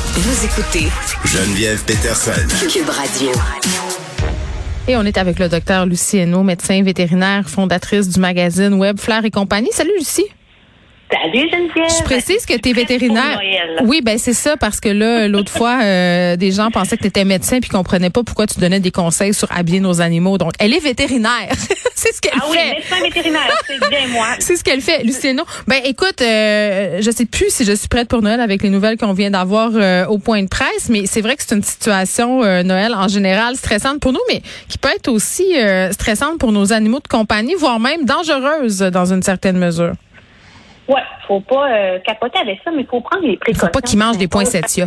Vous écoutez Geneviève Peterson. Cube Radio. Et on est avec le docteur Lucie Hainaut, médecin vétérinaire, fondatrice du magazine Web Fleurs et compagnie. Salut Lucie. Salut Geneviève. Je précise que tu es vétérinaire. Oui, ben c'est ça, parce que là, l'autre fois, des gens pensaient que tu étais médecin puis comprenaient pas pourquoi tu donnais des conseils sur habiller nos animaux. Donc, elle est vétérinaire. C'est ce qu'elle fait. Ah oui, médecin vétérinaire, c'est bien moi. C'est ce qu'elle fait, Lucie Hainaut. Ben écoute, je sais plus si je suis prête pour Noël avec les nouvelles qu'on vient d'avoir au point de presse, mais c'est vrai que c'est une situation, Noël, en général, stressante pour nous, mais qui peut être aussi stressante pour nos animaux de compagnie, voire même dangereuse dans une certaine mesure. Ouais, faut pas capoter avec ça, mais il faut prendre les précautions. Faut pas qu'ils mangent des poinsettias.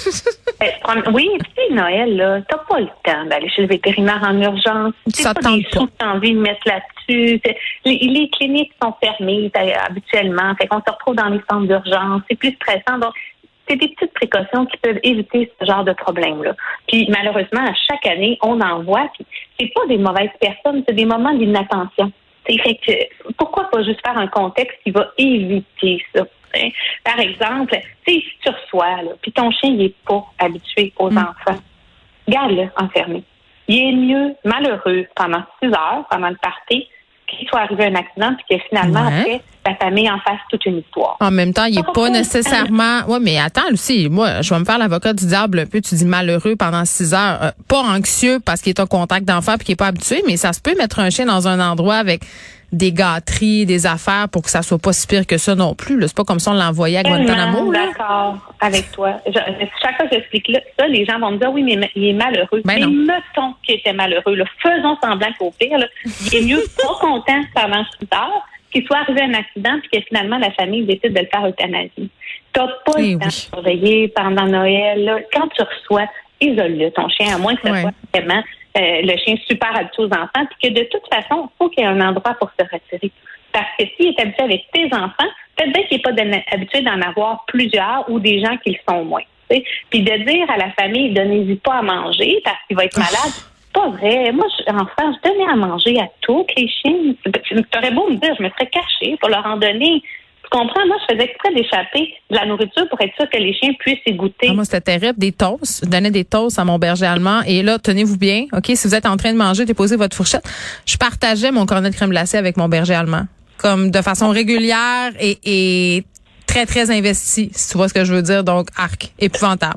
Oui, tu sais, Noël, là, t'as pas le temps d'aller chez le vétérinaire en urgence. Ça pas tente des sous que t'as envie de mettre là-dessus. Les cliniques sont fermées habituellement, fait qu'on se retrouve dans les centres d'urgence. C'est plus stressant, donc c'est des petites précautions qui peuvent éviter ce genre de problème-là. Puis malheureusement, à chaque année, on en voit. Puis c'est pas des mauvaises personnes, c'est des moments d'inattention. Fait que, pourquoi pas juste faire un contexte qui va éviter ça? Hein? Par exemple, si tu reçois, puis ton chien n'est pas habitué aux enfants, garde-le enfermé. Il est mieux malheureux pendant 6 heures, pendant le party, qu'il soit arrivé un accident puis que finalement, après, la famille en fasse toute une histoire. En même temps, il n'est pas nécessairement... Oui, mais attends, Lucie, moi, je vais me faire l'avocat du diable un peu. Tu dis malheureux pendant 6 heures. Pas anxieux parce qu'il est en contact d'enfants puis qu'il n'est pas habitué, mais ça se peut mettre un chien dans un endroit avec des gâteries, des affaires pour que ça soit pas si pire que ça non plus. Là. C'est pas comme si on l'envoyait à Guantanamo. D'accord avec toi. Chaque fois que j'explique ça, les gens vont me dire oui, mais il est malheureux. Ben mais non. Mettons qu'il était malheureux. Là. Faisons semblant qu'au pire, là, il est mieux pas content pendant 6 heures qu'il soit arrivé un accident puis que finalement la famille décide de le faire euthanasie. T'as pas le temps de surveiller pendant Noël. Là. Quand tu reçois, isole-le, ton chien, à moins que ce soit vraiment le chien super habitué aux enfants, puis que de toute façon, il faut qu'il y ait un endroit pour se retirer. Parce que s'il est habitué avec tes enfants, peut-être bien qu'il n'est pas habitué d'en avoir plusieurs ou des gens qui le sont moins. T'sais. Puis de dire à la famille, donnez-y pas à manger parce qu'il va être malade, c'est pas vrai. Moi, enfant, je donnais à manger à tous les chiens. Tu aurais beau me dire, je me serais cachée pour leur en donner. Tu comprends? Moi, je faisais exprès d'échapper de la nourriture pour être sûr que les chiens puissent y goûter. Ah, moi, c'était terrible. Des toasts. Je donnais des toasts à mon berger allemand. Et là, tenez-vous bien. OK, si vous êtes en train de manger, déposez votre fourchette. Je partageais mon cornet de crème glacée avec mon berger allemand. Comme de façon régulière et très, très investie, si tu vois ce que je veux dire. Donc, épouvantable.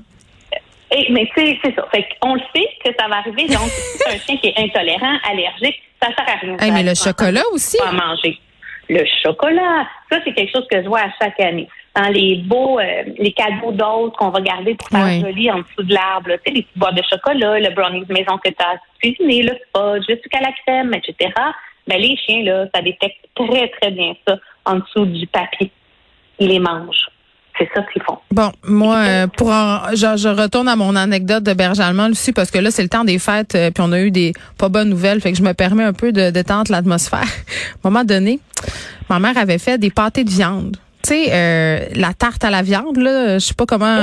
Mais c'est ça. Fait qu'on le sait que ça va arriver. Donc, si c'est un chien qui est intolérant, allergique, ça sert à rien. Mais le chocolat aussi. Pas manger. Le chocolat, ça, c'est quelque chose que je vois à chaque année. Dans les beaux, les cadeaux d'autres qu'on va garder pour faire joli en dessous de l'arbre. Tu sais, les petits boîtes de chocolat, le brownies maison que tu as cuisiné, le fudge, le sucre à la crème, etc. Ben, les chiens, là, ça détecte très, très bien ça en dessous du papier. Ils les mangent. C'est ça qu'ils font. Bon, moi, je retourne à mon anecdote de berger allemand, Lucie, parce que là, c'est le temps des fêtes, puis on a eu des pas bonnes nouvelles, fait que je me permets un peu de détendre l'atmosphère. À un moment donné, ma mère avait fait des pâtés de viande. Tu sais, la tarte à la viande, là, je sais pas comment...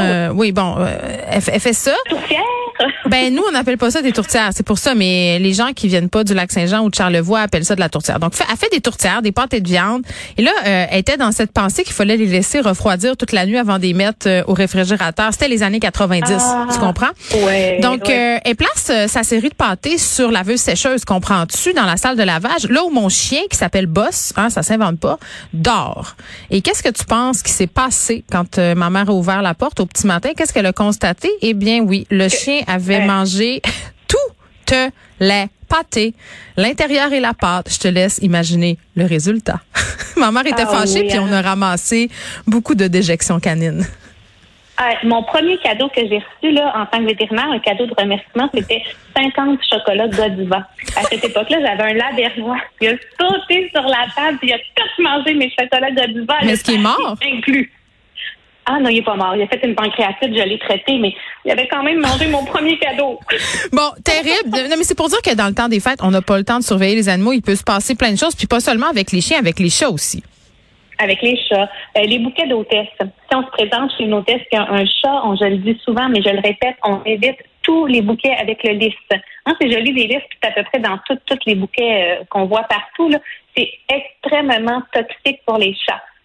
elle fait ça. Tourtière? Ben, nous, on n'appelle pas ça des tourtières, c'est pour ça, mais les gens qui viennent pas du Lac-Saint-Jean ou de Charlevoix appellent ça de la tourtière. Donc, elle fait des tourtières, des pâtés de viande. Et là, elle était dans cette pensée qu'il fallait les laisser refroidir toute la nuit avant de les mettre au réfrigérateur. C'était les années 90, tu comprends? Ouais. Donc, elle place sa série de pâtés sur laveuse sécheuse, comprends-tu, dans la salle de lavage, là où mon chien, qui s'appelle Boss, ça s'invente pas, dort. Et qu'est-ce que tu penses qui s'est passé quand ma mère a ouvert la porte au petit matin? Qu'est-ce qu'elle a constaté? Eh bien, oui, le chien avait mangé toutes les pâtés, l'intérieur et la pâte. Je te laisse imaginer le résultat. Ma mère était fâchée, puis on a ramassé beaucoup de déjections canines. Mon premier cadeau que j'ai reçu là, en tant que vétérinaire, un cadeau de remerciement, c'était 50 chocolats Godiva. À cette époque-là, j'avais un labernois. Il a sauté sur la table, puis il a tout mangé mes chocolats Godiva. Mais est-ce qu'il est mort? Inclus. Ah non, il est pas mort. Il a fait une pancréatite, je l'ai traité, mais il avait quand même mangé mon premier cadeau. Bon, terrible. Non, mais c'est pour dire que dans le temps des fêtes, on n'a pas le temps de surveiller les animaux. Il peut se passer plein de choses, puis pas seulement avec les chiens, avec les chats aussi. Avec les chats. Les bouquets d'hôtesses. Si on se présente chez une hôtesse qui a un chat, je le dis souvent, mais je le répète, on évite tous les bouquets avec le lys. C'est joli des lys, puis c'est à peu près dans tous les bouquets qu'on voit partout. Là. C'est extrêmement toxique pour les chats.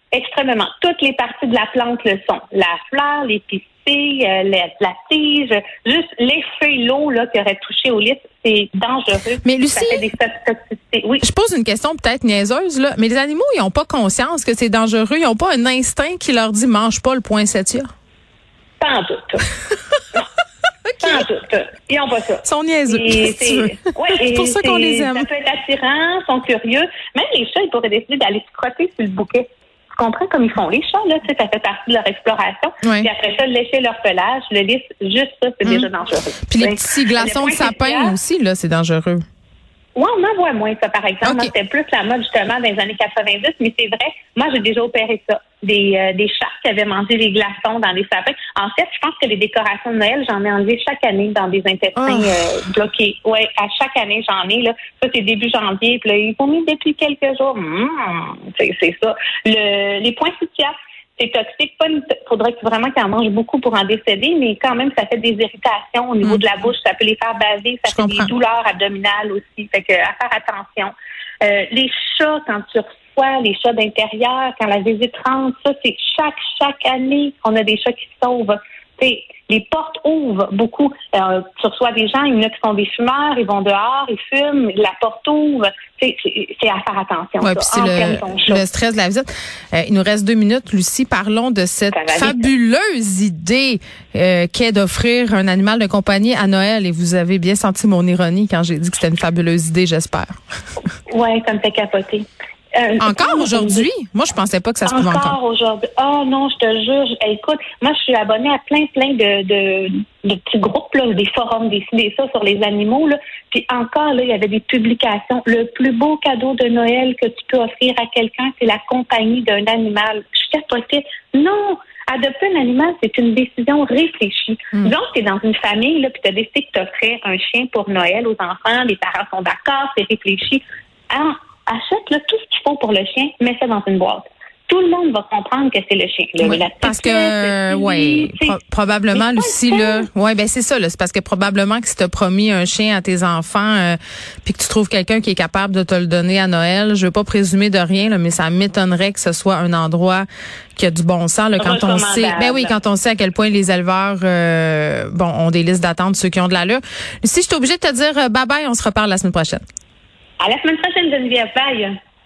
Extrêmement. Toutes les parties de la plante le sont. La fleur, les pistilles, la tige, juste l'effet l'eau là qui aurait touché au lys, c'est dangereux. Mais Lucie, ça fait des toxicités. Oui. Je pose une question peut-être niaiseuse là, mais les animaux ils ont pas conscience que c'est dangereux, ils ont pas un instinct qui leur dit mange pas le poinsettia. Pas en doute. Non. Okay. Pas en doute. Ils n'ont pas ça. Ils sont niaiseux. C'est pour ça qu'on les aime. Ça peut être attirant, ils sont curieux. Même les chats, ils pourraient décider d'aller se crotter sur le bouquet. Tu comprends comme ils font les chats, là? Tu sais, ça fait partie de leur exploration. Oui. Puis après ça, lécher leur pelage, le lys, juste ça, c'est déjà dangereux. Puis les petits glaçons de sapin aussi, là, c'est dangereux. Oui, on en voit moins, ça, par exemple. Okay. Moi, c'était plus la mode, justement, dans les années 90, mais c'est vrai, moi, j'ai déjà opéré ça. Des chats qui avaient mangé les glaçons dans les sapins. En fait, je pense que les décorations de Noël, j'en ai enlevé chaque année dans des intestins bloqués. Oui, à chaque année, j'en ai, là. Ça, c'est début janvier, puis là, ils ont mis depuis quelques jours. C'est ça. Les poinsettias, c'est toxique. Faudrait vraiment qu'ils en mangent beaucoup pour en décéder, mais quand même, ça fait des irritations au niveau de la bouche. Ça peut les faire baver. Ça fait des douleurs abdominales aussi. Fait que, à faire attention. Les chats, quand tu reçois les chats d'intérieur, quand la visite rentre, ça, c'est chaque année qu'on a des chats qui sauvent. T'sais, les portes ouvrent beaucoup. Tu reçois des gens, il y en a qui sont des fumeurs, ils vont dehors, ils fument, la porte ouvre. C'est à faire attention. Oui, puis c'est le stress de la visite. Il nous reste 2 minutes, Lucie. Parlons de cette fabuleuse idée qu'est d'offrir un animal de compagnie à Noël. Et vous avez bien senti mon ironie quand j'ai dit que c'était une fabuleuse idée, j'espère. Oui, ça me fait capoter. Encore aujourd'hui? Moi, je pensais pas que ça se pouvait encore. Encore aujourd'hui. Oh non, je te jure. Écoute, moi, je suis abonnée à plein de petits groupes, là, des forums, des ça sur les animaux, là. Puis encore, là, il y avait des publications. Le plus beau cadeau de Noël que tu peux offrir à quelqu'un, c'est la compagnie d'un animal. Je capotais. Non! Adopter un animal, c'est une décision réfléchie. Disons que tu es dans une famille, là, puis tu as décidé que tu offrais un chien pour Noël aux enfants, les parents sont d'accord, c'est réfléchi. Alors, achète là, tout ce qu'il faut pour le chien, mets ça dans une boîte. Tout le monde va comprendre que c'est le chien. Parce que, probablement, Lucie, là, c'est ça, là. C'est parce que probablement que si tu as promis un chien à tes enfants, puis que tu trouves quelqu'un qui est capable de te le donner à Noël, je veux pas présumer de rien, là, mais ça m'étonnerait que ce soit un endroit qui a du bon sens, là, quand on sait, quand on sait à quel point les éleveurs, ont des listes d'attente, ceux qui ont de l'allure. Lucie, je suis obligée de te dire bye bye, on se reparle la semaine prochaine. À la semaine prochaine, Geneviève. Bye.